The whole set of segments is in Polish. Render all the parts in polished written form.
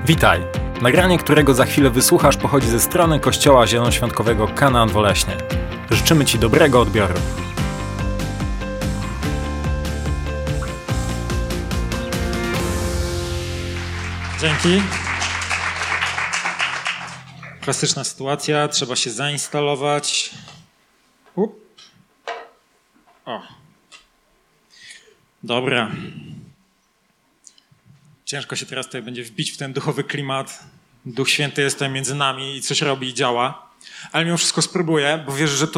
Witaj! Nagranie, którego za chwilę wysłuchasz, pochodzi ze strony Kościoła Zielonoświątkowego Kanaan w Oleśnie. Życzymy Ci dobrego odbioru. Dzięki. Klasyczna sytuacja, trzeba się zainstalować. O. Dobra. Ciężko się teraz tutaj będzie wbić w ten duchowy klimat. Duch Święty jest tutaj między nami i coś robi i działa. Ale mimo wszystko spróbuję, bo wierzę, że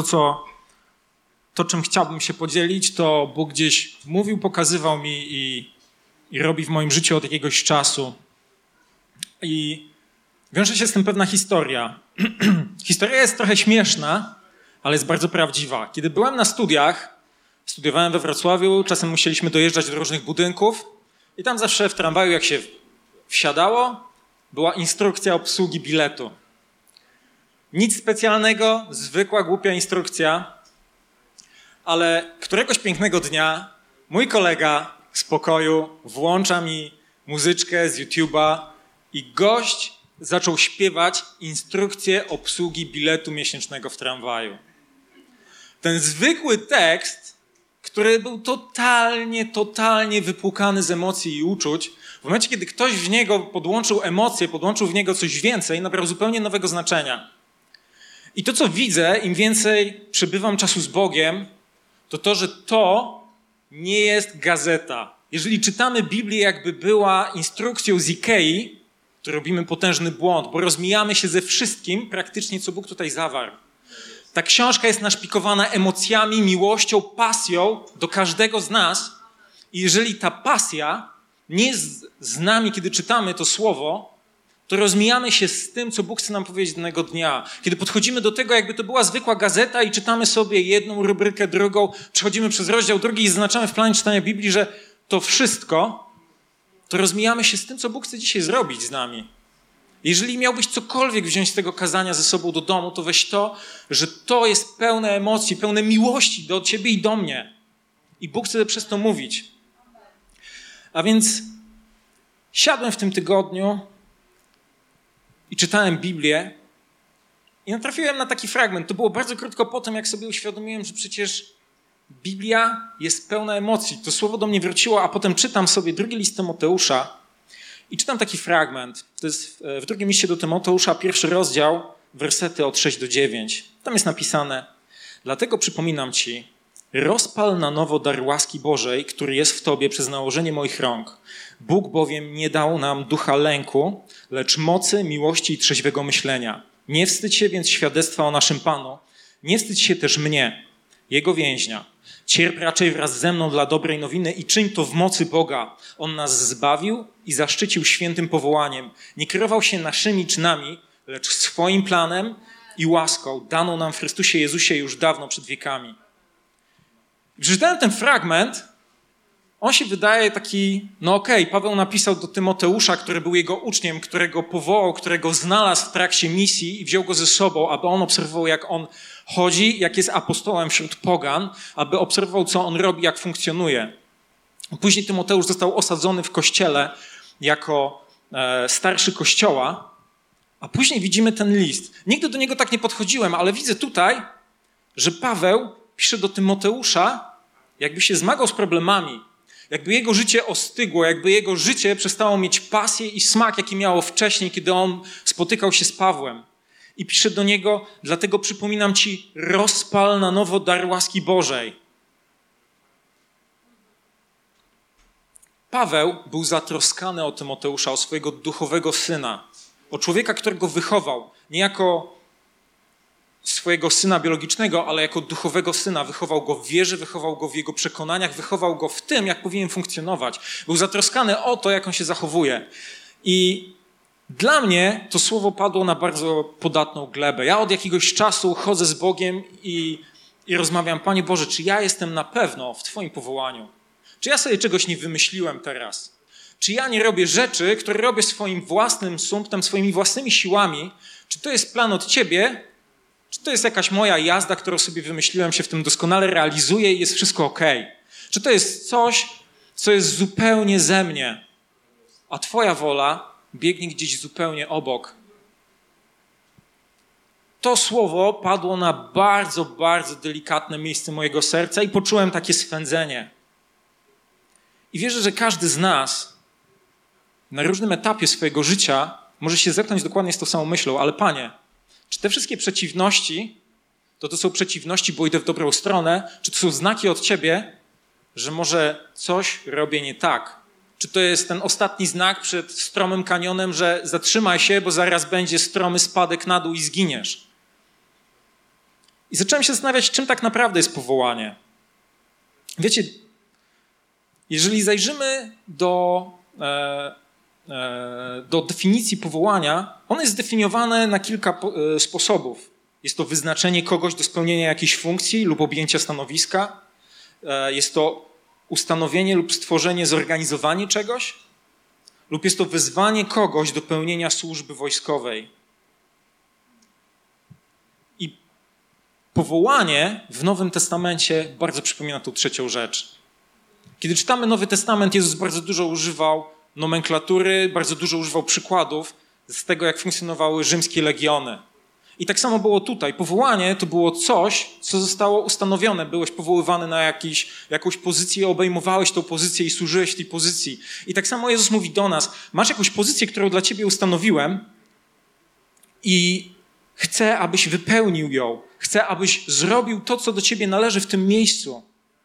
to czym chciałbym się podzielić, to Bóg gdzieś mówił, pokazywał mi i robi w moim życiu od jakiegoś czasu. I wiąże się z tym pewna historia. Historia jest trochę śmieszna, ale jest bardzo prawdziwa. Kiedy byłem na studiach, studiowałem we Wrocławiu, czasem musieliśmy dojeżdżać do różnych budynków i tam zawsze w tramwaju, jak się wsiadało, była instrukcja obsługi biletu. Nic specjalnego, zwykła, głupia instrukcja, ale któregoś pięknego dnia mój kolega z pokoju włącza mi muzyczkę z YouTube'a i gość zaczął śpiewać instrukcję obsługi biletu miesięcznego w tramwaju. Ten zwykły tekst, który był totalnie wypłukany z emocji i uczuć, w momencie, kiedy ktoś w niego podłączył emocje, podłączył w niego coś więcej, nabrał zupełnie nowego znaczenia. I to, co widzę, im więcej przebywam czasu z Bogiem, to, że to nie jest gazeta. Jeżeli czytamy Biblię, jakby była instrukcją z Ikei, to robimy potężny błąd, bo rozmijamy się ze wszystkim praktycznie, co Bóg tutaj zawarł. Ta książka jest naszpikowana emocjami, miłością, pasją do każdego z nas. I jeżeli ta pasja nie jest z nami, kiedy czytamy to słowo, to rozmijamy się z tym, co Bóg chce nam powiedzieć danego dnia. Kiedy podchodzimy do tego, jakby to była zwykła gazeta i czytamy sobie jedną rubrykę, drugą, przechodzimy przez rozdział drugi i zaznaczamy w planie czytania Biblii, że to wszystko, to rozmijamy się z tym, co Bóg chce dzisiaj zrobić z nami. Jeżeli miałbyś cokolwiek wziąć z tego kazania ze sobą do domu, to weź to, że to jest pełne emocji, pełne miłości do ciebie i do mnie. I Bóg chce przez to mówić. A więc siadłem w tym tygodniu i czytałem Biblię i natrafiłem na taki fragment. To było bardzo krótko po tym, jak sobie uświadomiłem, że przecież Biblia jest pełna emocji. To słowo do mnie wróciło, a potem czytam sobie drugi list Tymoteusza i czytam taki fragment. To jest w drugim liście do Tymoteusza, 1 rozdział, wersety od 6 do 9. Tam jest napisane: dlatego przypominam ci, rozpal na nowo dar łaski Bożej, który jest w tobie przez nałożenie moich rąk. Bóg bowiem nie dał nam ducha lęku, lecz mocy, miłości i trzeźwego myślenia. Nie wstydź się więc świadectwa o naszym Panu. Nie wstydź się też mnie, Jego więźnia. Cierp raczej wraz ze mną dla dobrej nowiny i czyń to w mocy Boga. On nas zbawił i zaszczycił świętym powołaniem. Nie kierował się naszymi czynami, lecz swoim planem i łaską daną nam w Chrystusie Jezusie już dawno przed wiekami. Przeczytałem ten fragment, on się wydaje taki, Paweł napisał do Tymoteusza, który był jego uczniem, którego powołał, którego znalazł w trakcie misji i wziął go ze sobą, aby on obserwował, jak on chodzi, jak jest apostołem wśród pogan, aby obserwował, co on robi, jak funkcjonuje. Później Tymoteusz został osadzony w kościele jako starszy kościoła, a później widzimy ten list. Nigdy do niego tak nie podchodziłem, ale widzę tutaj, że Paweł pisze do Tymoteusza, jakby się zmagał z problemami, jakby jego życie ostygło, jakby jego życie przestało mieć pasję i smak, jaki miało wcześniej, kiedy on spotykał się z Pawłem. I pisze do niego, dlatego przypominam ci, rozpal na nowo dar łaski Bożej. Paweł był zatroskany o Tymoteusza, o swojego duchowego syna, o człowieka, którego wychował, nie jako swojego syna biologicznego, ale jako duchowego syna. Wychował go w wierze, wychował go w jego przekonaniach, wychował go w tym, jak powinien funkcjonować. Był zatroskany o to, jak on się zachowuje. I dla mnie to słowo padło na bardzo podatną glebę. Ja od jakiegoś czasu chodzę z Bogiem i rozmawiam: Panie Boże, czy ja jestem na pewno w Twoim powołaniu? Czy ja sobie czegoś nie wymyśliłem teraz? Czy ja nie robię rzeczy, które robię swoim własnym sumptem, swoimi własnymi siłami? Czy to jest plan od Ciebie? Czy to jest jakaś moja jazda, którą sobie wymyśliłem, się w tym doskonale realizuję i jest wszystko okej? Czy to jest coś, co jest zupełnie ze mnie, a Twoja wola biegnie gdzieś zupełnie obok. To słowo padło na bardzo, bardzo delikatne miejsce mojego serca i poczułem takie swędzenie. I wierzę, że każdy z nas na różnym etapie swojego życia może się zetknąć dokładnie z tą samą myślą, ale Panie, czy te wszystkie przeciwności, to są przeciwności, bo idę w dobrą stronę, czy to są znaki od Ciebie, że może coś robię nie tak? Czy to jest ten ostatni znak przed stromym kanionem, że zatrzymaj się, bo zaraz będzie stromy spadek na dół i zginiesz? I zacząłem się zastanawiać, czym tak naprawdę jest powołanie. Wiecie, jeżeli zajrzymy do definicji powołania, ono jest zdefiniowane na kilka sposobów. Jest to wyznaczenie kogoś do spełnienia jakiejś funkcji lub objęcia stanowiska. Jest to ustanowienie lub stworzenie, zorganizowanie czegoś. Lub jest to wezwanie kogoś do pełnienia służby wojskowej. I powołanie w Nowym Testamencie bardzo przypomina tą trzecią rzecz. Kiedy czytamy Nowy Testament, Jezus bardzo dużo używał nomenklatury, bardzo dużo używał przykładów z tego, jak funkcjonowały rzymskie legiony. I tak samo było tutaj. Powołanie to było coś, co zostało ustanowione. Byłeś powoływany na jakąś pozycję, obejmowałeś tą pozycję i służyłeś tej pozycji. I tak samo Jezus mówi do nas, masz jakąś pozycję, którą dla ciebie ustanowiłem i chcę, abyś wypełnił ją. Chcę, abyś zrobił to, co do ciebie należy w tym miejscu.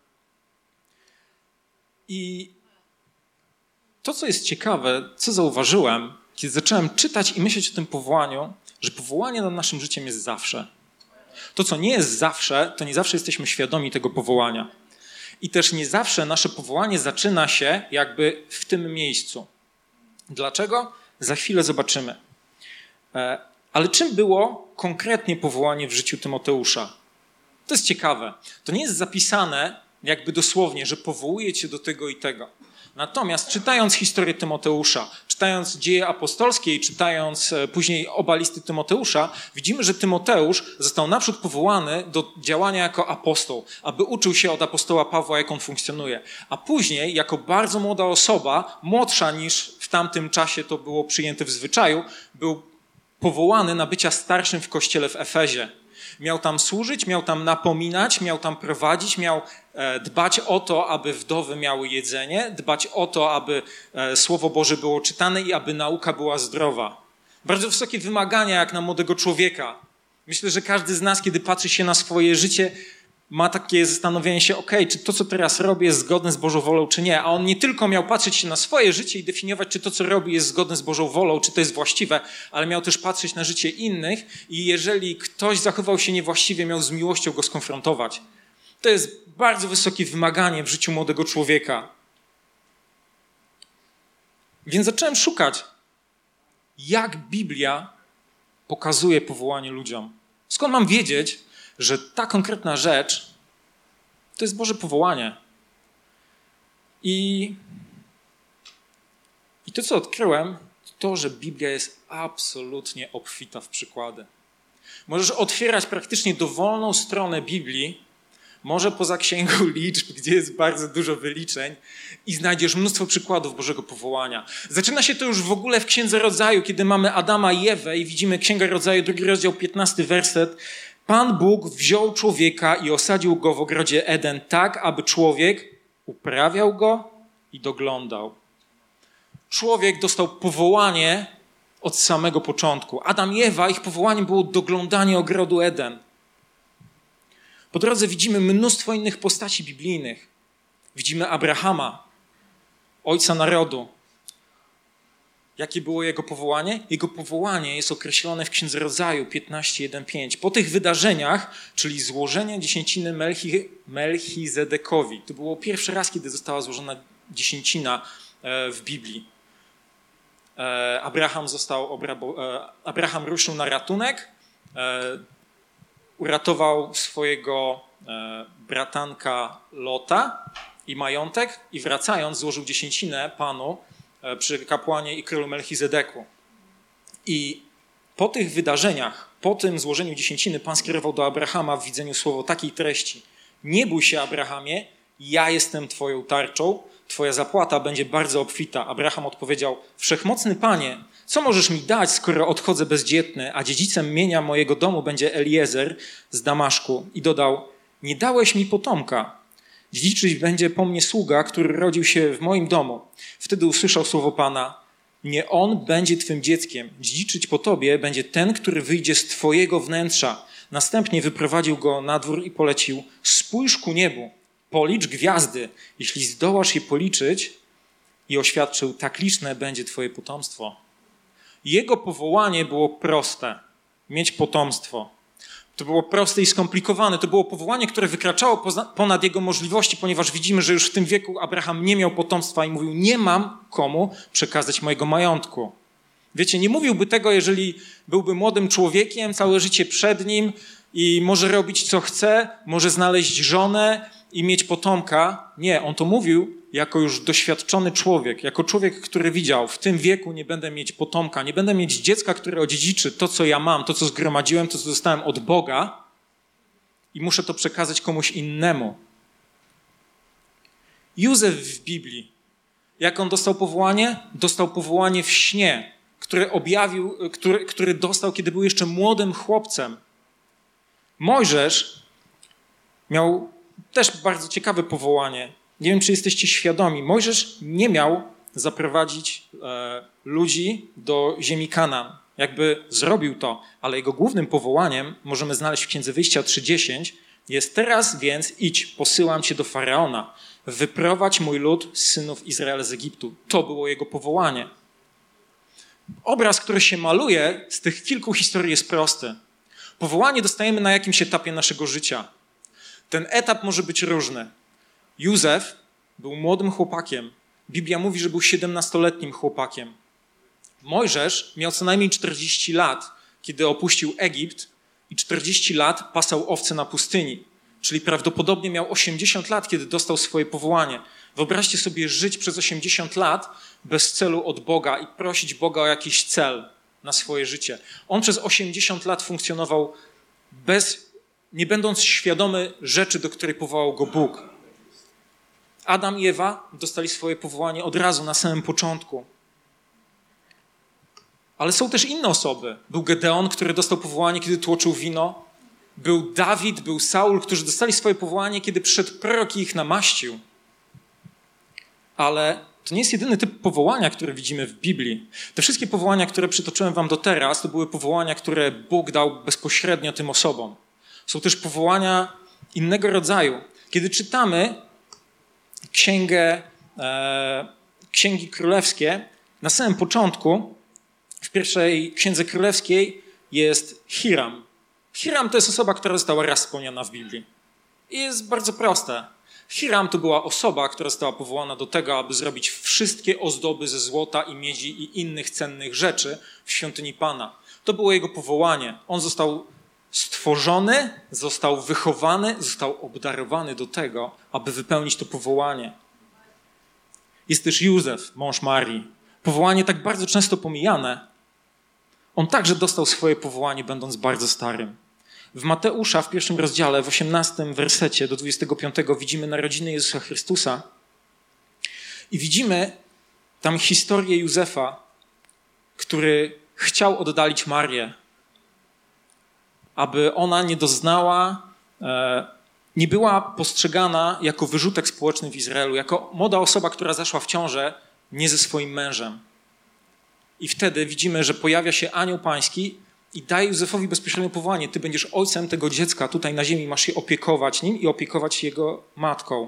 I to, co jest ciekawe, co zauważyłem, kiedy zacząłem czytać i myśleć o tym powołaniu, że powołanie nad naszym życiem jest zawsze. To, co nie jest zawsze, to nie zawsze jesteśmy świadomi tego powołania. I też nie zawsze nasze powołanie zaczyna się jakby w tym miejscu. Dlaczego? Za chwilę zobaczymy. Ale czym było konkretnie powołanie w życiu Tymoteusza? To jest ciekawe. To nie jest zapisane jakby dosłownie, że powołuje cię do tego i tego. Natomiast czytając historię Tymoteusza, czytając dzieje apostolskie i czytając później oba listy Tymoteusza, widzimy, że Tymoteusz został naprzód powołany do działania jako apostoł, aby uczył się od apostoła Pawła, jak on funkcjonuje. A później, jako bardzo młoda osoba, młodsza niż w tamtym czasie to było przyjęte w zwyczaju, był powołany na bycia starszym w kościele w Efezie. Miał tam służyć, miał tam napominać, miał tam prowadzić, miał dbać o to, aby wdowy miały jedzenie, dbać o to, aby Słowo Boże było czytane i aby nauka była zdrowa. Bardzo wysokie wymagania jak na młodego człowieka. Myślę, że każdy z nas, kiedy patrzy się na swoje życie, ma takie zastanowienie się, czy to, co teraz robię, jest zgodne z Bożą wolą, czy nie. A on nie tylko miał patrzeć się na swoje życie i definiować, czy to, co robi, jest zgodne z Bożą wolą, czy to jest właściwe, ale miał też patrzeć na życie innych i jeżeli ktoś zachował się niewłaściwie, miał z miłością go skonfrontować. To jest bardzo wysokie wymaganie w życiu młodego człowieka. Więc zacząłem szukać, jak Biblia pokazuje powołanie ludziom. Skąd mam wiedzieć, że ta konkretna rzecz to jest Boże powołanie. I to, co odkryłem, to, że Biblia jest absolutnie obfita w przykłady. Możesz otwierać praktycznie dowolną stronę Biblii, może poza Księgą Liczb, gdzie jest bardzo dużo wyliczeń i znajdziesz mnóstwo przykładów Bożego powołania. Zaczyna się to już w ogóle w Księdze Rodzaju, kiedy mamy Adama i Ewę i widzimy Księga Rodzaju, 2 rozdział, 15 werset. Pan Bóg wziął człowieka i osadził go w ogrodzie Eden tak, aby człowiek uprawiał go i doglądał. Człowiek dostał powołanie od samego początku. Adam i Ewa, ich powołaniem było doglądanie ogrodu Eden. Po drodze widzimy mnóstwo innych postaci biblijnych. Widzimy Abrahama, ojca narodu. Jakie było jego powołanie? Jego powołanie jest określone w Księdze Rodzaju 15:1-5. Po tych wydarzeniach, czyli złożenie dziesięciny Melchizedekowi. To było pierwszy raz, kiedy została złożona dziesięcina w Biblii. Abraham ruszył na ratunek, uratował swojego bratanka Lota i majątek i wracając złożył dziesięcinę Panu przy kapłanie i królu Melchizedeku. I po tych wydarzeniach, po tym złożeniu dziesięciny, Pan skierował do Abrahama w widzeniu słowo takiej treści: nie bój się, Abrahamie, ja jestem twoją tarczą, twoja zapłata będzie bardzo obfita. Abraham odpowiedział: wszechmocny Panie, Co możesz mi dać, skoro odchodzę bezdzietny, a dziedzicem mienia mojego domu będzie Eliezer z Damaszku? I dodał, nie dałeś mi potomka. Dziedziczyć będzie po mnie sługa, który rodził się w moim domu. Wtedy usłyszał słowo Pana, nie on będzie twym dzieckiem. Dziedziczyć po tobie będzie ten, który wyjdzie z twojego wnętrza. Następnie wyprowadził go na dwór i polecił, spójrz ku niebu, policz gwiazdy. Jeśli zdołasz je policzyć, i oświadczył, tak liczne będzie twoje potomstwo. Jego powołanie było proste. Mieć potomstwo. To było proste i skomplikowane. To było powołanie, które wykraczało ponad jego możliwości, ponieważ widzimy, że już w tym wieku Abraham nie miał potomstwa i mówił, nie mam komu przekazać mojego majątku. Wiecie, nie mówiłby tego, jeżeli byłby młodym człowiekiem, całe życie przed nim i może robić co chce, może znaleźć żonę i mieć potomka. Nie, on to mówił jako już doświadczony człowiek, jako człowiek, który widział, w tym wieku nie będę mieć potomka, nie będę mieć dziecka, które odziedziczy to, co ja mam, to, co zgromadziłem, to, co dostałem od Boga i muszę to przekazać komuś innemu. Józef w Biblii, jak on dostał powołanie? Dostał powołanie w śnie, który dostał, kiedy był jeszcze młodym chłopcem. Mojżesz miał też bardzo ciekawe powołanie. Nie wiem, czy jesteście świadomi. Mojżesz nie miał zaprowadzić ludzi do ziemi Kanaan. Jakby zrobił to, ale jego głównym powołaniem, możemy znaleźć w Księdze Wyjścia 3:10, jest teraz więc idź, posyłam cię do Faraona. Wyprowadź mój lud z synów Izraela z Egiptu. To było jego powołanie. Obraz, który się maluje z tych kilku historii jest prosty. Powołanie dostajemy na jakimś etapie naszego życia. Ten etap może być różny. Józef był młodym chłopakiem. Biblia mówi, że był 17-letnim chłopakiem. Mojżesz miał co najmniej 40 lat, kiedy opuścił Egipt i 40 lat pasał owce na pustyni. Czyli prawdopodobnie miał 80 lat, kiedy dostał swoje powołanie. Wyobraźcie sobie żyć przez 80 lat bez celu od Boga i prosić Boga o jakiś cel na swoje życie. On przez 80 lat funkcjonował nie będąc świadomy rzeczy, do której powołał go Bóg. Adam i Ewa dostali swoje powołanie od razu, na samym początku. Ale są też inne osoby. Był Gedeon, który dostał powołanie, kiedy tłoczył wino. Był Dawid, był Saul, którzy dostali swoje powołanie, kiedy przyszedł prorok i ich namaścił. Ale to nie jest jedyny typ powołania, który widzimy w Biblii. Te wszystkie powołania, które przytoczyłem wam do teraz, to były powołania, które Bóg dał bezpośrednio tym osobom. Są też powołania innego rodzaju. Kiedy czytamy Księgi Królewskie, na samym początku, w pierwszej Księdze Królewskiej jest Hiram. Hiram to jest osoba, która została raz wspomniana w Biblii. I jest bardzo proste. Hiram to była osoba, która została powołana do tego, aby zrobić wszystkie ozdoby ze złota i miedzi i innych cennych rzeczy w świątyni Pana. To było jego powołanie. On został stworzony, został wychowany, został obdarowany do tego, aby wypełnić to powołanie. Jest też Józef, mąż Marii. Powołanie tak bardzo często pomijane. On także dostał swoje powołanie, będąc bardzo starym. W Mateusza, w 1 rozdziale, w 18 wersecie do 25 widzimy narodziny Jezusa Chrystusa i widzimy tam historię Józefa, który chciał oddalić Marię, aby ona nie doznała, nie była postrzegana jako wyrzutek społeczny w Izraelu, jako młoda osoba, która zaszła w ciążę nie ze swoim mężem. I wtedy widzimy, że pojawia się anioł pański i daje Józefowi bezpośrednio powołanie. Ty będziesz ojcem tego dziecka tutaj na ziemi, masz się opiekować nim i opiekować się jego matką.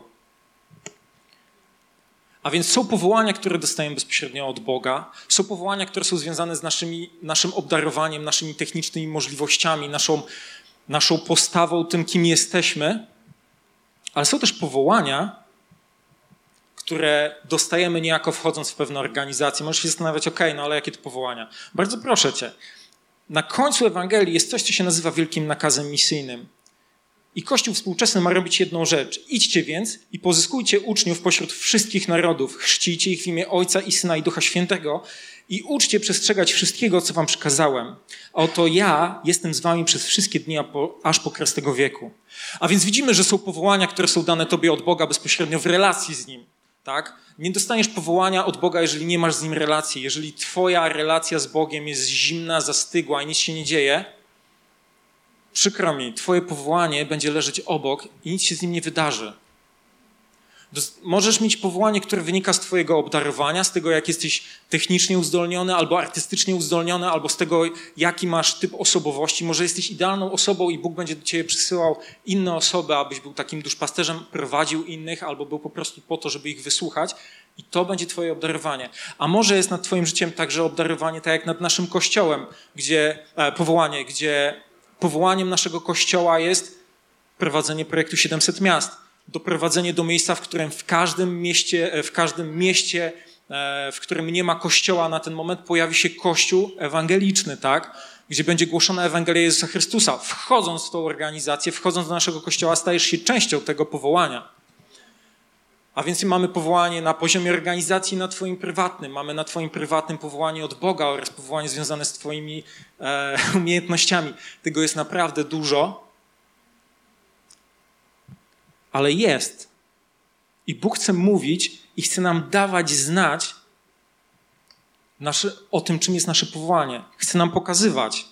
A więc są powołania, które dostajemy bezpośrednio od Boga. Są powołania, które są związane z naszym obdarowaniem, naszymi technicznymi możliwościami, naszą postawą, tym, kim jesteśmy. Ale są też powołania, które dostajemy niejako wchodząc w pewne organizacje. Możesz się zastanawiać, ale jakie to powołania? Bardzo proszę cię. Na końcu Ewangelii jest coś, co się nazywa wielkim nakazem misyjnym. I Kościół współczesny ma robić jedną rzecz. Idźcie więc i pozyskujcie uczniów pośród wszystkich narodów. Chrzcijcie ich w imię Ojca i Syna i Ducha Świętego i uczcie przestrzegać wszystkiego, co wam przekazałem. A oto ja jestem z wami przez wszystkie dni, aż po kres tego wieku. A więc widzimy, że są powołania, które są dane tobie od Boga bezpośrednio w relacji z Nim. Tak? Nie dostaniesz powołania od Boga, jeżeli nie masz z Nim relacji. Jeżeli twoja relacja z Bogiem jest zimna, zastygła i nic się nie dzieje, przykro mi, twoje powołanie będzie leżeć obok i nic się z nim nie wydarzy. Możesz mieć powołanie, które wynika z twojego obdarowania, z tego, jak jesteś technicznie uzdolniony albo artystycznie uzdolniony, albo z tego, jaki masz typ osobowości. Może jesteś idealną osobą i Bóg będzie do ciebie przysyłał inne osoby, abyś był takim duszpasterzem, prowadził innych, albo był po prostu po to, żeby ich wysłuchać i to będzie twoje obdarowanie. A może jest nad twoim życiem także obdarowanie, tak jak nad naszym Kościołem, gdzie powołaniem naszego Kościoła jest prowadzenie projektu 700 miast. Doprowadzenie do miejsca, w którym w każdym mieście, w którym nie ma kościoła na ten moment, pojawi się kościół ewangeliczny, tak? Gdzie będzie głoszona Ewangelia Jezusa Chrystusa. Wchodząc w tą organizację, wchodząc do naszego kościoła, stajesz się częścią tego powołania. A więc mamy powołanie na poziomie organizacji, na twoim prywatnym. Mamy na twoim prywatnym powołanie od Boga oraz powołanie związane z twoimi umiejętnościami. Tego jest naprawdę dużo. Ale jest. I Bóg chce mówić i chce nam dawać znać o tym, czym jest nasze powołanie. Chce nam pokazywać.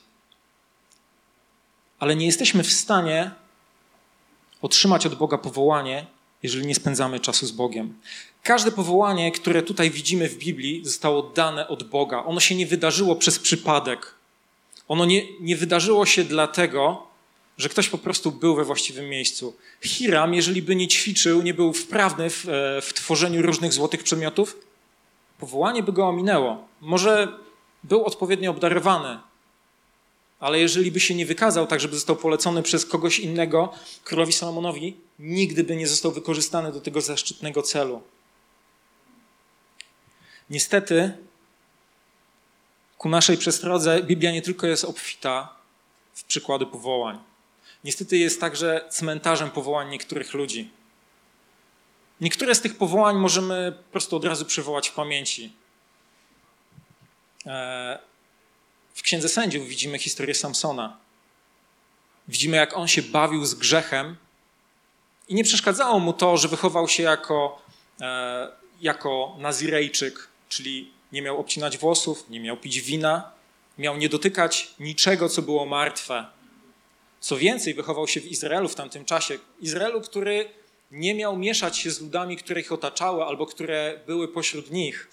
Ale nie jesteśmy w stanie otrzymać od Boga powołanie, jeżeli nie spędzamy czasu z Bogiem. Każde powołanie, które tutaj widzimy w Biblii, zostało dane od Boga. Ono się nie wydarzyło przez przypadek. Ono nie wydarzyło się dlatego, że ktoś po prostu był we właściwym miejscu. Hiram, jeżeli by nie ćwiczył, nie był wprawny w tworzeniu różnych złotych przedmiotów, powołanie by go ominęło. Może był odpowiednio obdarowany, ale jeżeli by się nie wykazał tak, żeby został polecony przez kogoś innego, królowi Salomonowi, nigdy by nie został wykorzystany do tego zaszczytnego celu. Niestety, ku naszej przestrodze Biblia nie tylko jest obfita w przykłady powołań. Niestety jest także cmentarzem powołań niektórych ludzi. Niektóre z tych powołań możemy po prostu od razu przywołać w pamięci. W Księdze Sędziów widzimy historię Samsona. Widzimy, jak on się bawił z grzechem i nie przeszkadzało mu to, że wychował się jako Nazirejczyk, czyli nie miał obcinać włosów, nie miał pić wina, miał nie dotykać niczego, co było martwe. Co więcej, wychował się w Izraelu w tamtym czasie. Izraelu, który nie miał mieszać się z ludami, które ich otaczały albo które były pośród nich.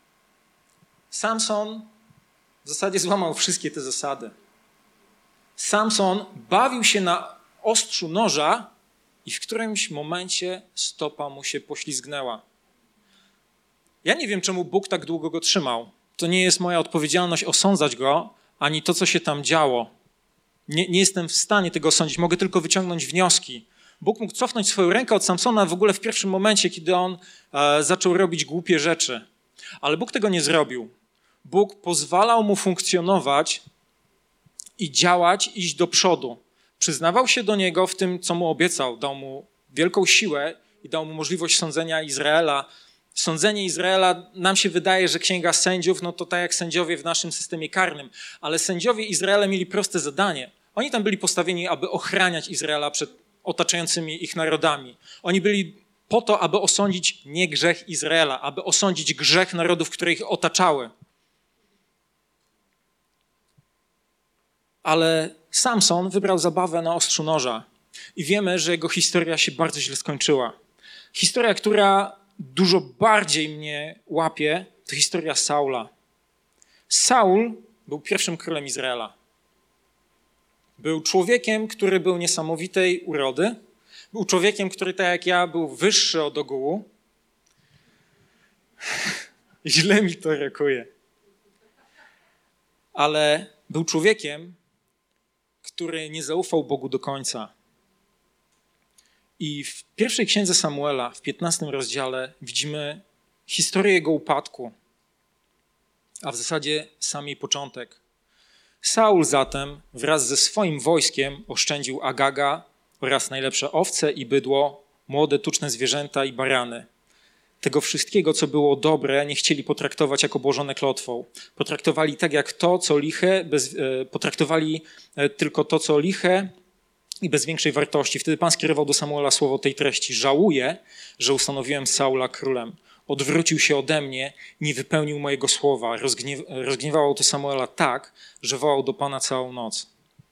Samson w zasadzie złamał wszystkie te zasady. Samson bawił się na ostrzu noża i w którymś momencie stopa mu się poślizgnęła. Ja nie wiem, czemu Bóg tak długo go trzymał. To nie jest moja odpowiedzialność osądzać go, ani to, co się tam działo. Nie jestem w stanie tego osądzić, mogę tylko wyciągnąć wnioski. Bóg mógł cofnąć swoją rękę od Samsona w ogóle w pierwszym momencie, kiedy on zaczął robić głupie rzeczy. Ale Bóg tego nie zrobił. Bóg pozwalał mu funkcjonować i działać, iść do przodu. Przyznawał się do niego w tym, co mu obiecał. Dał mu wielką siłę i dał mu możliwość sądzenia Izraela. Sądzenie Izraela, nam się wydaje, że Księga Sędziów, no to tak jak sędziowie w naszym systemie karnym. Ale sędziowie Izraela mieli proste zadanie. Oni tam byli postawieni, aby ochraniać Izraela przed otaczającymi ich narodami. Oni byli po to, aby osądzić nie grzech Izraela, aby osądzić grzech narodów, które ich otaczały. Ale Samson wybrał zabawę na ostrzu noża i wiemy, że jego historia się bardzo źle skończyła. Historia, która dużo bardziej mnie łapie, to historia Saula. Saul był pierwszym królem Izraela. Był człowiekiem, który był niesamowitej urody. Był człowiekiem, który tak jak ja był wyższy od ogółu. Źle mi to rokuje. Ale był człowiekiem, który nie zaufał Bogu do końca. I w pierwszej księdze Samuela, w 15 rozdziale, widzimy historię jego upadku, a w zasadzie sam jej początek. Saul zatem wraz ze swoim wojskiem oszczędził Agaga oraz najlepsze owce i bydło, młode tuczne zwierzęta i barany. Tego wszystkiego, co było dobre, nie chcieli potraktować jako obłożone klotwą. Potraktowali tak jak to, co liche, potraktowali tylko to, co liche i bez większej wartości. Wtedy Pan skierował do Samuela słowo tej treści. Żałuję, że ustanowiłem Saula królem. odwrócił się ode mnie, nie wypełnił mojego słowa. Rozgniewało to Samuela tak, że wołał do Pana całą noc.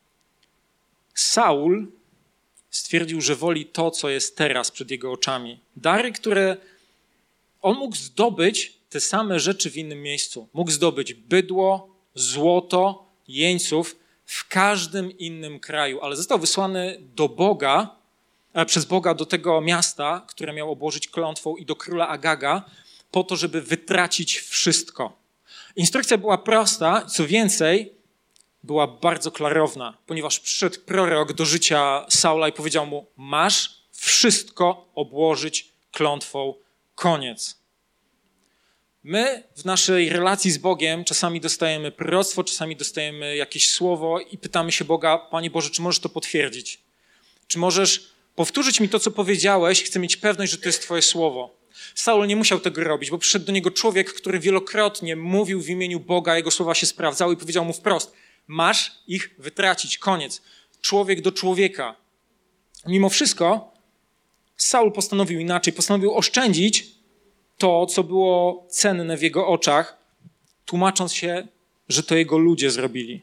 Saul stwierdził, że woli to, co jest teraz przed jego oczami. Dary, które on mógł zdobyć, te same rzeczy w innym miejscu. Mógł zdobyć bydło, złoto, jeńców w każdym innym kraju, ale został wysłany do Boga, przez Boga do tego miasta, które miał obłożyć klątwą i do króla Agaga, po to, żeby wytracić wszystko. Instrukcja była prosta, co więcej, była bardzo klarowna, ponieważ przyszedł prorok do życia Saula i powiedział mu: masz wszystko obłożyć klątwą, koniec. My w naszej relacji z Bogiem czasami dostajemy proroctwo, czasami dostajemy jakieś słowo i pytamy się Boga: Panie Boże, czy możesz to potwierdzić? Czy możesz powtórzyć mi to, co powiedziałeś? Chcę mieć pewność, że to jest Twoje słowo. Saul nie musiał tego robić, bo przyszedł do niego człowiek, który wielokrotnie mówił w imieniu Boga, jego słowa się sprawdzały i powiedział mu wprost: masz ich wytracić, koniec. Człowiek do człowieka. Mimo wszystko Saul postanowił inaczej, postanowił oszczędzić to, co było cenne w jego oczach, tłumacząc się, że to jego ludzie zrobili.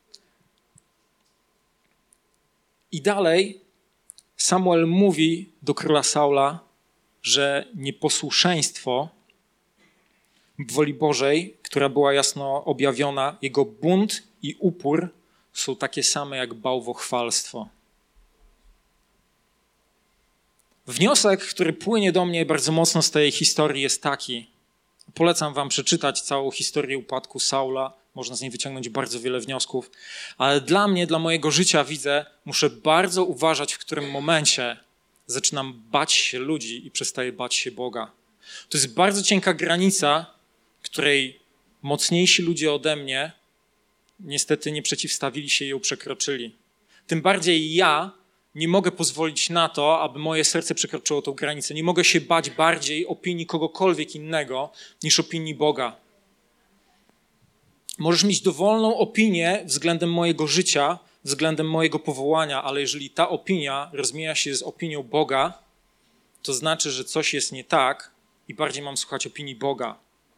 I dalej Samuel mówi do króla Saula, że nieposłuszeństwo woli Bożej, która była jasno objawiona, jego bunt i upór są takie same jak bałwochwalstwo. Wniosek, który płynie do mnie bardzo mocno z tej historii, jest taki. Polecam wam przeczytać całą historię upadku Saula. Można z niej wyciągnąć bardzo wiele wniosków. Ale dla mnie, dla mojego życia widzę, muszę bardzo uważać, w którym momencie zaczynam bać się ludzi i przestaję bać się Boga. To jest bardzo cienka granica, której mocniejsi ludzie ode mnie niestety nie przeciwstawili się i ją przekroczyli. Tym bardziej ja nie mogę pozwolić na to, aby moje serce przekroczyło tą granicę. Nie mogę się bać bardziej opinii kogokolwiek innego niż opinii Boga. Możesz mieć dowolną opinię względem mojego życia, względem mojego powołania, ale jeżeli ta opinia rozmija się z opinią Boga, to znaczy, że coś jest nie tak i bardziej mam słuchać opinii Boga.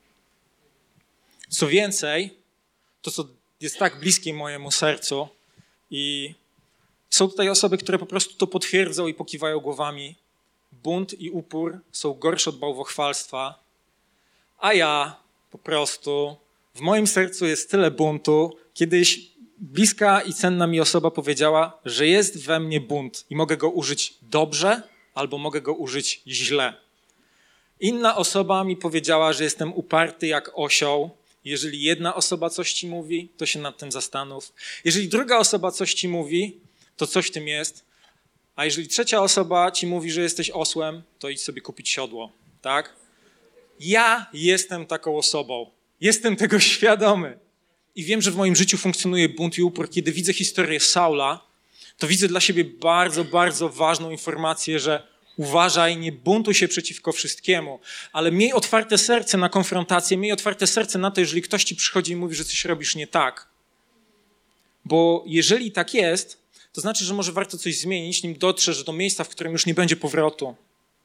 Co więcej, to co jest tak bliskie mojemu sercu i są tutaj osoby, które po prostu to potwierdzą i pokiwają głowami. Bunt i upór są gorsze od bałwochwalstwa, a ja po prostu, w moim sercu jest tyle buntu. Kiedyś bliska i cenna mi osoba powiedziała, że jest we mnie bunt i mogę go użyć dobrze albo mogę go użyć źle. Inna osoba mi powiedziała, że jestem uparty jak osioł. Jeżeli jedna osoba coś ci mówi, to się nad tym zastanów. Jeżeli druga osoba coś ci mówi, to coś w tym jest. A jeżeli trzecia osoba ci mówi, że jesteś osłem, to idź sobie kupić siodło, tak? Ja jestem taką osobą. Jestem tego świadomy. I wiem, że w moim życiu funkcjonuje bunt i upór. Kiedy widzę historię Saula, to widzę dla siebie bardzo, bardzo ważną informację, że uważaj, nie buntuj się przeciwko wszystkiemu, ale miej otwarte serce na konfrontację, miej otwarte serce na to, jeżeli ktoś ci przychodzi i mówi, że coś robisz nie tak. Bo jeżeli tak jest, to znaczy, że może warto coś zmienić, nim dotrzesz do miejsca, w którym już nie będzie powrotu.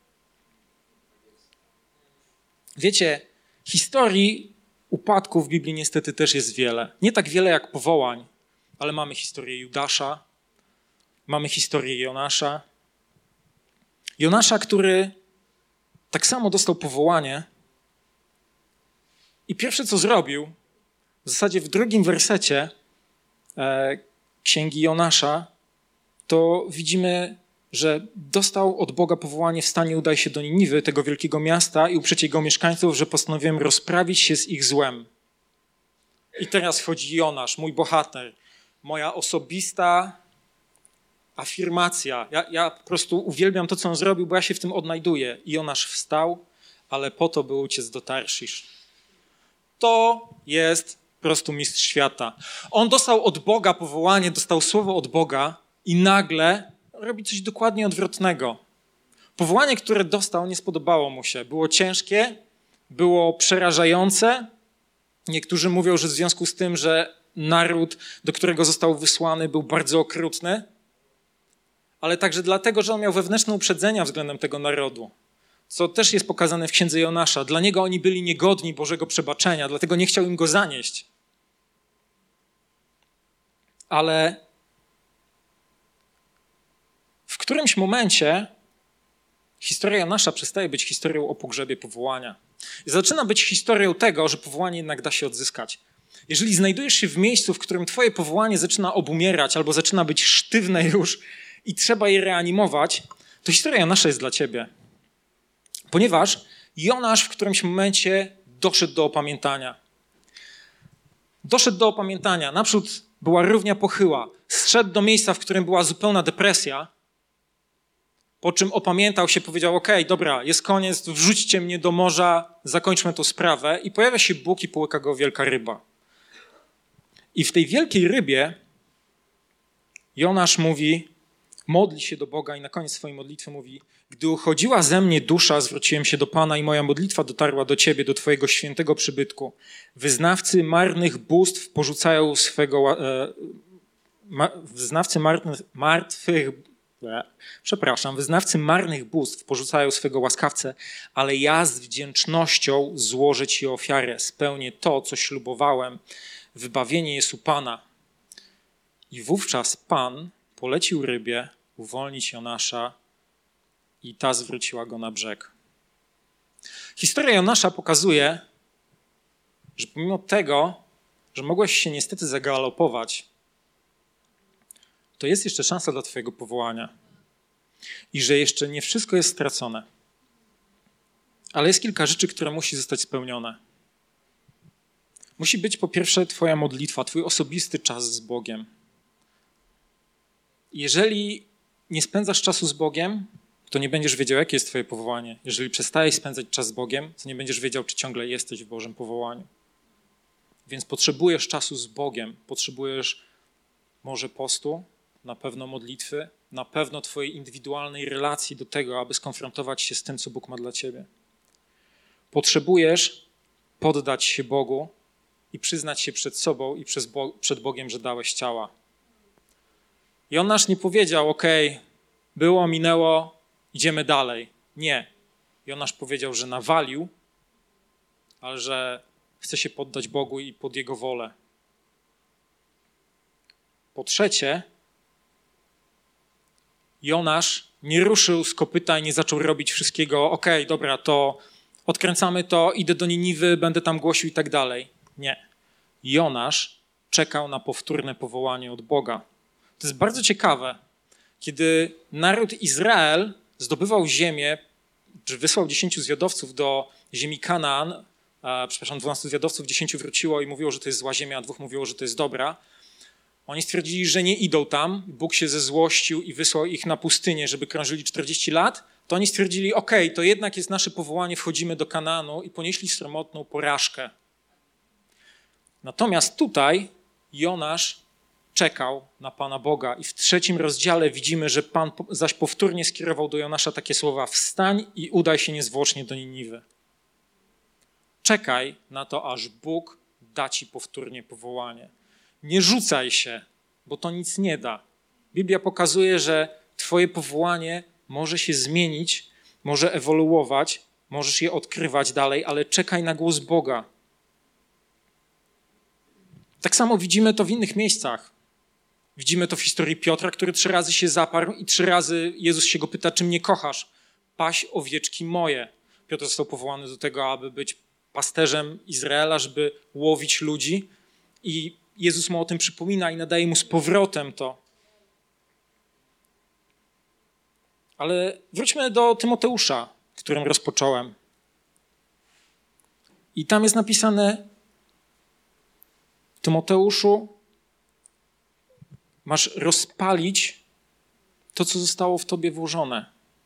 Wiecie, historii upadku w Biblii niestety też jest wiele. Nie tak wiele jak powołań, ale mamy historię Judasza, mamy historię Jonasza. Jonasza, który tak samo dostał powołanie i pierwsze co zrobił, w zasadzie w drugim wersecie księgi Jonasza, to widzimy, że dostał od Boga powołanie: wstanie, udaj się do Niniwy, tego wielkiego miasta, i uprzeć jego mieszkańców, że postanowiłem rozprawić się z ich złem. I teraz wchodzi Jonasz, mój bohater, moja osobista afirmacja. Ja po prostu uwielbiam to, co on zrobił, bo ja się w tym odnajduję. I Jonasz wstał, ale po to, by uciec do Tarszisz. To jest po prostu mistrz świata. On dostał od Boga powołanie, dostał słowo od Boga i nagle robi coś dokładnie odwrotnego. Powołanie, które dostał, nie spodobało mu się. Było ciężkie, było przerażające. Niektórzy mówią, że w związku z tym, że naród, do którego został wysłany, był bardzo okrutny, ale także dlatego, że on miał wewnętrzne uprzedzenia względem tego narodu. co też jest pokazane w księdze Jonasza. Dla niego oni byli niegodni Bożego przebaczenia, dlatego nie chciał im go zanieść. Ale w którymś momencie historia Jonasza przestaje być historią o pogrzebie powołania. I zaczyna być historią tego, że powołanie jednak da się odzyskać. Jeżeli znajdujesz się w miejscu, w którym twoje powołanie zaczyna obumierać albo zaczyna być sztywne już i trzeba je reanimować, to historia Jonasza jest dla ciebie. Ponieważ Jonasz w którymś momencie doszedł do opamiętania. Doszedł do opamiętania. Naprzód była równia pochyła. Zszedł do miejsca, w którym była zupełna depresja, po czym opamiętał się, powiedział: okej, dobra, jest koniec, wrzućcie mnie do morza, zakończmy tę sprawę. I pojawia się Bóg i połyka go wielka ryba. I w tej wielkiej rybie Jonasz mówi, modli się do Boga i na koniec swojej modlitwy mówi: gdy uchodziła ze mnie dusza, zwróciłem się do Pana i moja modlitwa dotarła do Ciebie, do Twojego świętego przybytku. Wyznawcy marnych bóstw porzucają swego... Wyznawcy marnych bóstw porzucają swego łaskawcę, ale ja z wdzięcznością złożę Ci ofiarę. Spełnię to, co ślubowałem. Wybawienie jest u Pana. I wówczas Pan polecił rybie uwolnić Jonasza i ta zwróciła go na brzeg. Historia Jonasza pokazuje, że pomimo tego, że mogłeś się niestety zagalopować, to jest jeszcze szansa dla twojego powołania. I że jeszcze nie wszystko jest stracone. Ale jest kilka rzeczy, które musi zostać spełnione. Musi być po pierwsze twoja modlitwa, twój osobisty czas z Bogiem. Jeżeli nie spędzasz czasu z Bogiem, to nie będziesz wiedział, jakie jest twoje powołanie. Jeżeli przestajesz spędzać czas z Bogiem, to nie będziesz wiedział, czy ciągle jesteś w Bożym powołaniu. Więc potrzebujesz czasu z Bogiem, potrzebujesz może postu, na pewno modlitwy, na pewno twojej indywidualnej relacji do tego, aby skonfrontować się z tym, co Bóg ma dla ciebie. Potrzebujesz poddać się Bogu i przyznać się przed sobą i przed Bogiem, że dałeś ciała. Jonasz nie powiedział: okej, było, minęło, idziemy dalej. Nie. Jonasz powiedział, że nawalił, ale że chce się poddać Bogu i pod Jego wolę. Po trzecie, Jonasz nie ruszył z kopyta i nie zaczął robić wszystkiego: okej, dobra, to odkręcamy to, idę do Niniwy, będę tam głosił i tak dalej. Nie. Jonasz czekał na powtórne powołanie od Boga. To jest bardzo ciekawe. Kiedy naród Izrael zdobywał ziemię, czy wysłał 10 zwiadowców do ziemi Kanaan, 12 zwiadowców, 10 wróciło i mówiło, że to jest zła ziemia, a 2 mówiło, że to jest dobra. Oni stwierdzili, że nie idą tam. Bóg się zezłościł i wysłał ich na pustynię, żeby krążyli 40 lat. To oni stwierdzili: okej, to jednak jest nasze powołanie, wchodzimy do Kanaanu, i ponieśli sromotną porażkę. Natomiast tutaj Jonasz czekał na Pana Boga i w 3 rozdziale widzimy, że Pan zaś powtórnie skierował do Jonasza takie słowa: wstań i udaj się niezwłocznie do Niniwy. Czekaj na to, aż Bóg da ci powtórnie powołanie. Nie rzucaj się, bo to nic nie da. Biblia pokazuje, że twoje powołanie może się zmienić, może ewoluować, możesz je odkrywać dalej, ale czekaj na głos Boga. Tak samo widzimy to w innych miejscach. Widzimy to w historii Piotra, który 3 razy się zaparł i 3 razy Jezus się go pyta: czy mnie kochasz? Paś owieczki moje. Piotr został powołany do tego, aby być pasterzem Izraela, żeby łowić ludzi, i Jezus mu o tym przypomina i nadaje mu z powrotem to. Ale wróćmy do Tymoteusza, którym rozpocząłem. I tam jest napisane: Tymoteuszu, masz rozpalić to, co zostało w tobie włożone.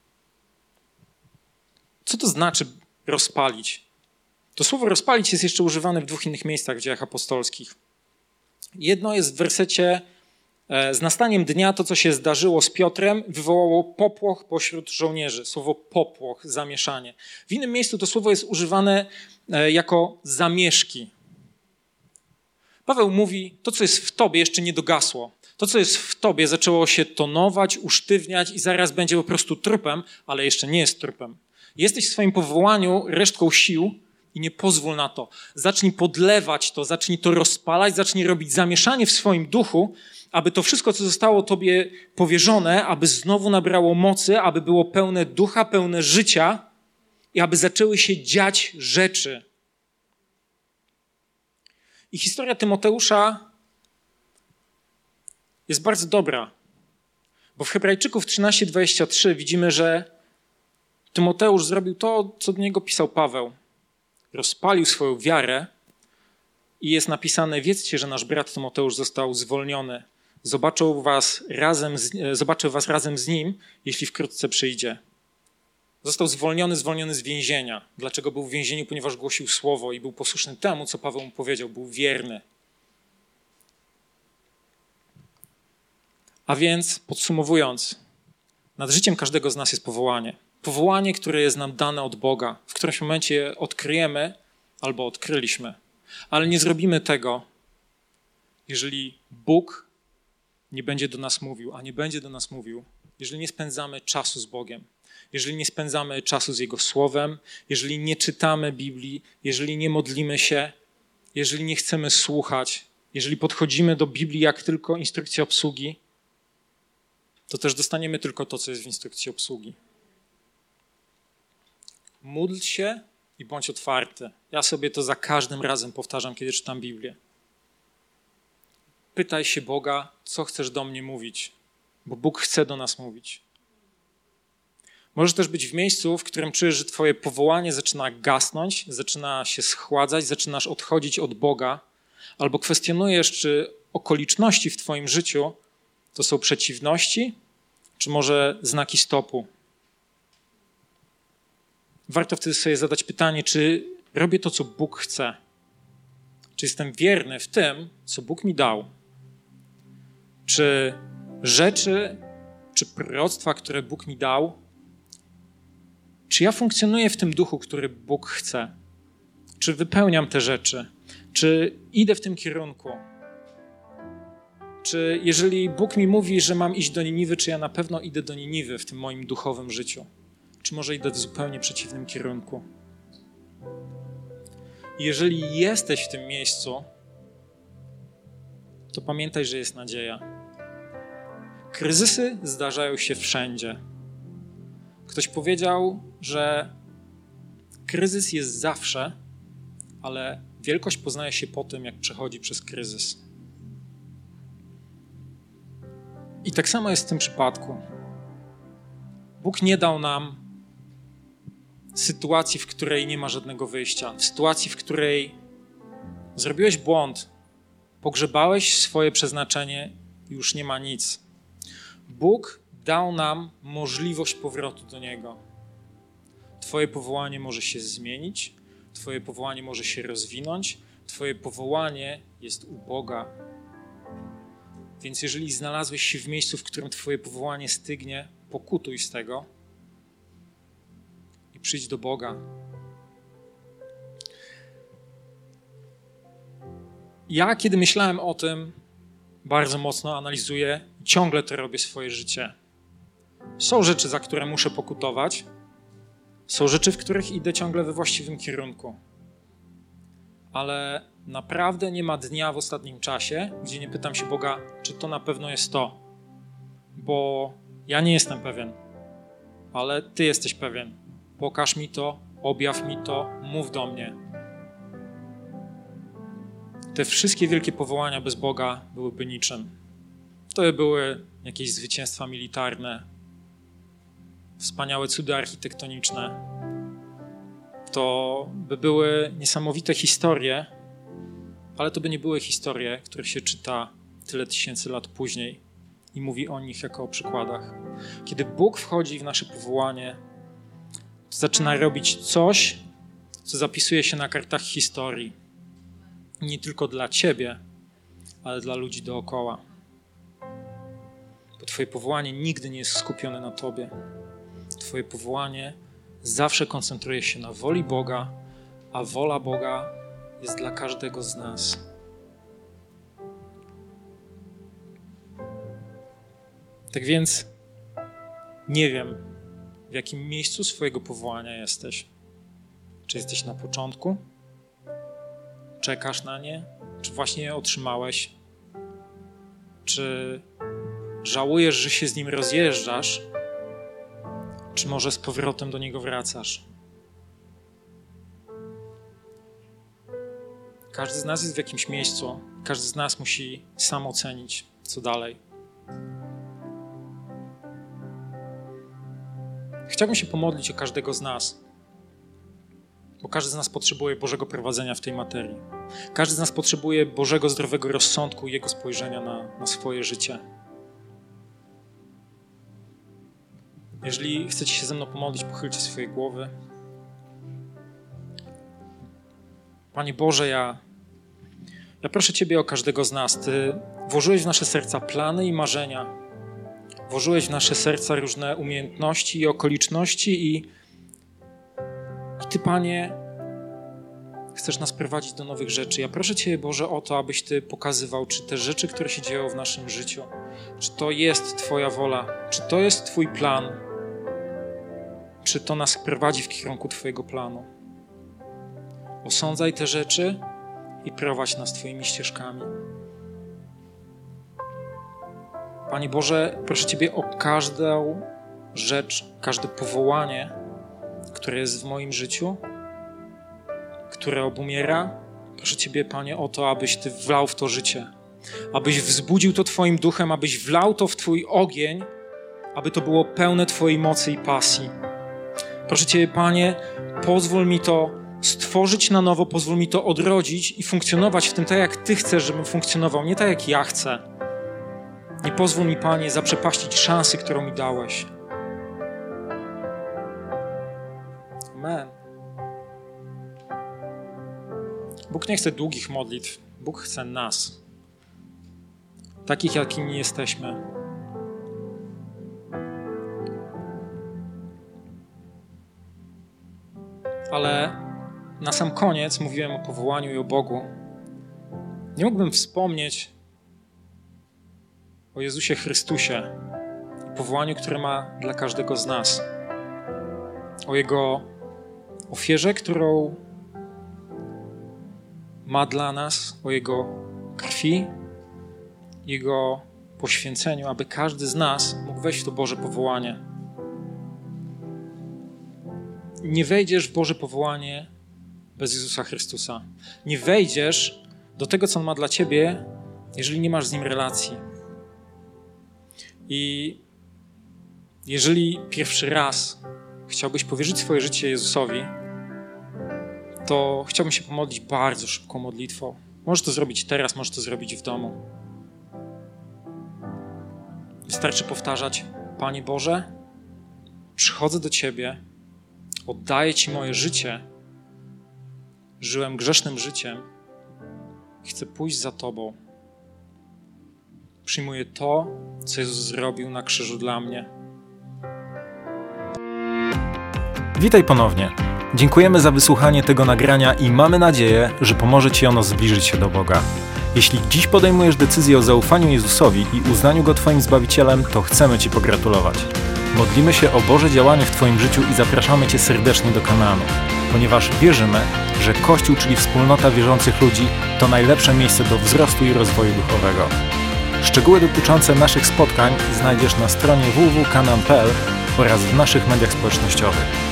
Co to znaczy rozpalić? To słowo rozpalić jest jeszcze używane w 2 innych miejscach w Dziejach Apostolskich. Jedno jest w wersecie: z nastaniem dnia to, co się zdarzyło z Piotrem, wywołało popłoch pośród żołnierzy. Słowo popłoch, zamieszanie. W innym miejscu to słowo jest używane jako zamieszki. Paweł mówi: to, co jest w tobie, jeszcze nie dogasło. To, co jest w tobie, zaczęło się tonować, usztywniać i zaraz będzie po prostu trupem, ale jeszcze nie jest trupem. Jesteś w swoim powołaniu resztką sił i nie pozwól na to. Zacznij podlewać to, zacznij to rozpalać, zacznij robić zamieszanie w swoim duchu, aby to wszystko, co zostało tobie powierzone, aby znowu nabrało mocy, aby było pełne ducha, pełne życia i aby zaczęły się dziać rzeczy. I historia Tymoteusza jest bardzo dobra, bo w Hebrajczyków 13:23 widzimy, że Tymoteusz zrobił to, co do niego pisał Paweł. Rozpalił swoją wiarę i jest napisane: wiedzcie, że nasz brat Tymoteusz został zwolniony. Zobaczę was razem z nim, jeśli wkrótce przyjdzie. Został zwolniony z więzienia. Dlaczego był w więzieniu? Ponieważ głosił słowo i był posłuszny temu, co Paweł mu powiedział. Był wierny. A więc podsumowując, nad życiem każdego z nas jest powołanie. Powołanie, które jest nam dane od Boga. W którymś momencie je odkryjemy albo odkryliśmy. Ale nie zrobimy tego, jeżeli Bóg nie będzie do nas mówił, a nie będzie do nas mówił, jeżeli nie spędzamy czasu z Bogiem, jeżeli nie spędzamy czasu z Jego Słowem, jeżeli nie czytamy Biblii, jeżeli nie modlimy się, jeżeli nie chcemy słuchać, jeżeli podchodzimy do Biblii jak tylko instrukcja obsługi, to też dostaniemy tylko to, co jest w instrukcji obsługi. Módl się i bądź otwarty. Ja sobie to za każdym razem powtarzam, kiedy czytam Biblię. Pytaj się Boga, co chcesz do mnie mówić, bo Bóg chce do nas mówić. Możesz też być w miejscu, w którym czujesz, że twoje powołanie zaczyna gasnąć, zaczyna się schładzać, zaczynasz odchodzić od Boga, albo kwestionujesz, czy okoliczności w twoim życiu to są przeciwności, czy może znaki stopu. Warto wtedy sobie zadać pytanie, czy robię to, co Bóg chce. Czy jestem wierny w tym, co Bóg mi dał. Czy rzeczy, czy proroctwa, które Bóg mi dał, czy ja funkcjonuję w tym duchu, który Bóg chce? Czy wypełniam te rzeczy? Czy idę w tym kierunku? Czy jeżeli Bóg mi mówi, że mam iść do Niniwy, czy ja na pewno idę do Niniwy w tym moim duchowym życiu? Czy może idę w zupełnie przeciwnym kierunku? Jeżeli jesteś w tym miejscu, to pamiętaj, że jest nadzieja. Kryzysy zdarzają się wszędzie. Ktoś powiedział, że kryzys jest zawsze, ale wielkość poznaje się po tym, jak przechodzi przez kryzys. I tak samo jest w tym przypadku. Bóg nie dał nam sytuacji, w której nie ma żadnego wyjścia. W sytuacji, w której zrobiłeś błąd, pogrzebałeś swoje przeznaczenie i już nie ma nic. Bóg dał nam możliwość powrotu do Niego. Twoje powołanie może się zmienić, twoje powołanie może się rozwinąć, twoje powołanie jest u Boga. Więc jeżeli znalazłeś się w miejscu, w którym twoje powołanie stygnie, pokutuj z tego i przyjdź do Boga. Ja, kiedy myślałem o tym, bardzo mocno analizuję i ciągle to robię swoje życie. Są rzeczy, za które muszę pokutować. Są rzeczy, w których idę ciągle we właściwym kierunku. Ale naprawdę nie ma dnia w ostatnim czasie, gdzie nie pytam się Boga, czy to na pewno jest to. Bo ja nie jestem pewien, ale Ty jesteś pewien. Pokaż mi to, objaw mi to, mów do mnie. Te wszystkie wielkie powołania bez Boga byłyby niczym. To by były jakieś zwycięstwa militarne, wspaniałe cudy architektoniczne. To by były niesamowite historie, ale to by nie były historie, których się czyta tyle tysięcy lat później i mówi o nich jako o przykładach. Kiedy Bóg wchodzi w nasze powołanie, to zaczyna robić coś, co zapisuje się na kartach historii. Nie tylko dla ciebie, ale dla ludzi dookoła. Bo twoje powołanie nigdy nie jest skupione na tobie. Twoje powołanie zawsze koncentruje się na woli Boga, a wola Boga jest dla każdego z nas. Tak więc nie wiem, w jakim miejscu swojego powołania jesteś. Czy jesteś na początku? Czekasz na nie? Czy właśnie je otrzymałeś? Czy żałujesz, że się z nim rozjeżdżasz? Czy może z powrotem do niego wracasz? Każdy z nas jest w jakimś miejscu. Każdy z nas musi sam ocenić, co dalej. Chciałbym się pomodlić o każdego z nas, bo każdy z nas potrzebuje Bożego prowadzenia w tej materii. Każdy z nas potrzebuje Bożego zdrowego rozsądku i Jego spojrzenia na swoje życie. Jeżeli chcecie się ze mną pomodlić, pochylcie swoje głowy. Panie Boże, ja proszę Ciebie o każdego z nas. Ty włożyłeś w nasze serca plany i marzenia. Włożyłeś w nasze serca różne umiejętności i okoliczności i Ty, Panie, chcesz nas prowadzić do nowych rzeczy. Ja proszę Cię, Boże, o to, abyś Ty pokazywał, czy te rzeczy, które się dzieją w naszym życiu, czy to jest Twoja wola, czy to jest Twój plan, czy to nas prowadzi w kierunku Twojego planu. Osądzaj te rzeczy i prowadź nas Twoimi ścieżkami. Panie Boże, proszę Ciebie o każdą rzecz, każde powołanie, które jest w moim życiu, które obumiera. Proszę Ciebie, Panie, o to, abyś Ty wlał w to życie, abyś wzbudził to Twoim duchem, abyś wlał to w Twój ogień, aby to było pełne Twojej mocy i pasji. Proszę Ciebie, Panie, pozwól mi to stworzyć na nowo, pozwól mi to odrodzić i funkcjonować w tym tak, jak Ty chcesz, żebym funkcjonował, nie tak, jak ja chcę. Nie pozwól mi, Panie, zaprzepaścić szansy, którą mi dałeś. Amen. Bóg nie chce długich modlitw. Bóg chce nas. Takich, jakimi jesteśmy. Ale na sam koniec mówiłem o powołaniu i o Bogu. Nie mógłbym wspomnieć o Jezusie Chrystusie i powołaniu, które ma dla każdego z nas. O Jego ofierze, którą ma dla nas, o Jego krwi, Jego poświęceniu, aby każdy z nas mógł wejść w to Boże powołanie. Nie wejdziesz w Boże powołanie bez Jezusa Chrystusa. Nie wejdziesz do tego, co On ma dla ciebie, jeżeli nie masz z Nim relacji. I jeżeli pierwszy raz chciałbyś powierzyć swoje życie Jezusowi, to chciałbym się pomodlić bardzo szybką modlitwą. Możesz to zrobić teraz, możesz to zrobić w domu. Wystarczy powtarzać: Panie Boże, przychodzę do Ciebie, oddaję Ci moje życie, żyłem grzesznym życiem, chcę pójść za Tobą. Przyjmuję to, co Jezus zrobił na krzyżu dla mnie. Witaj ponownie. Dziękujemy za wysłuchanie tego nagrania i mamy nadzieję, że pomoże Ci ono zbliżyć się do Boga. Jeśli dziś podejmujesz decyzję o zaufaniu Jezusowi i uznaniu Go Twoim Zbawicielem, to chcemy Ci pogratulować. Modlimy się o Boże działanie w Twoim życiu i zapraszamy Cię serdecznie do Kanaanu, ponieważ wierzymy, że Kościół, czyli wspólnota wierzących ludzi, to najlepsze miejsce do wzrostu i rozwoju duchowego. Szczegóły dotyczące naszych spotkań znajdziesz na stronie www.kanaan.pl oraz w naszych mediach społecznościowych.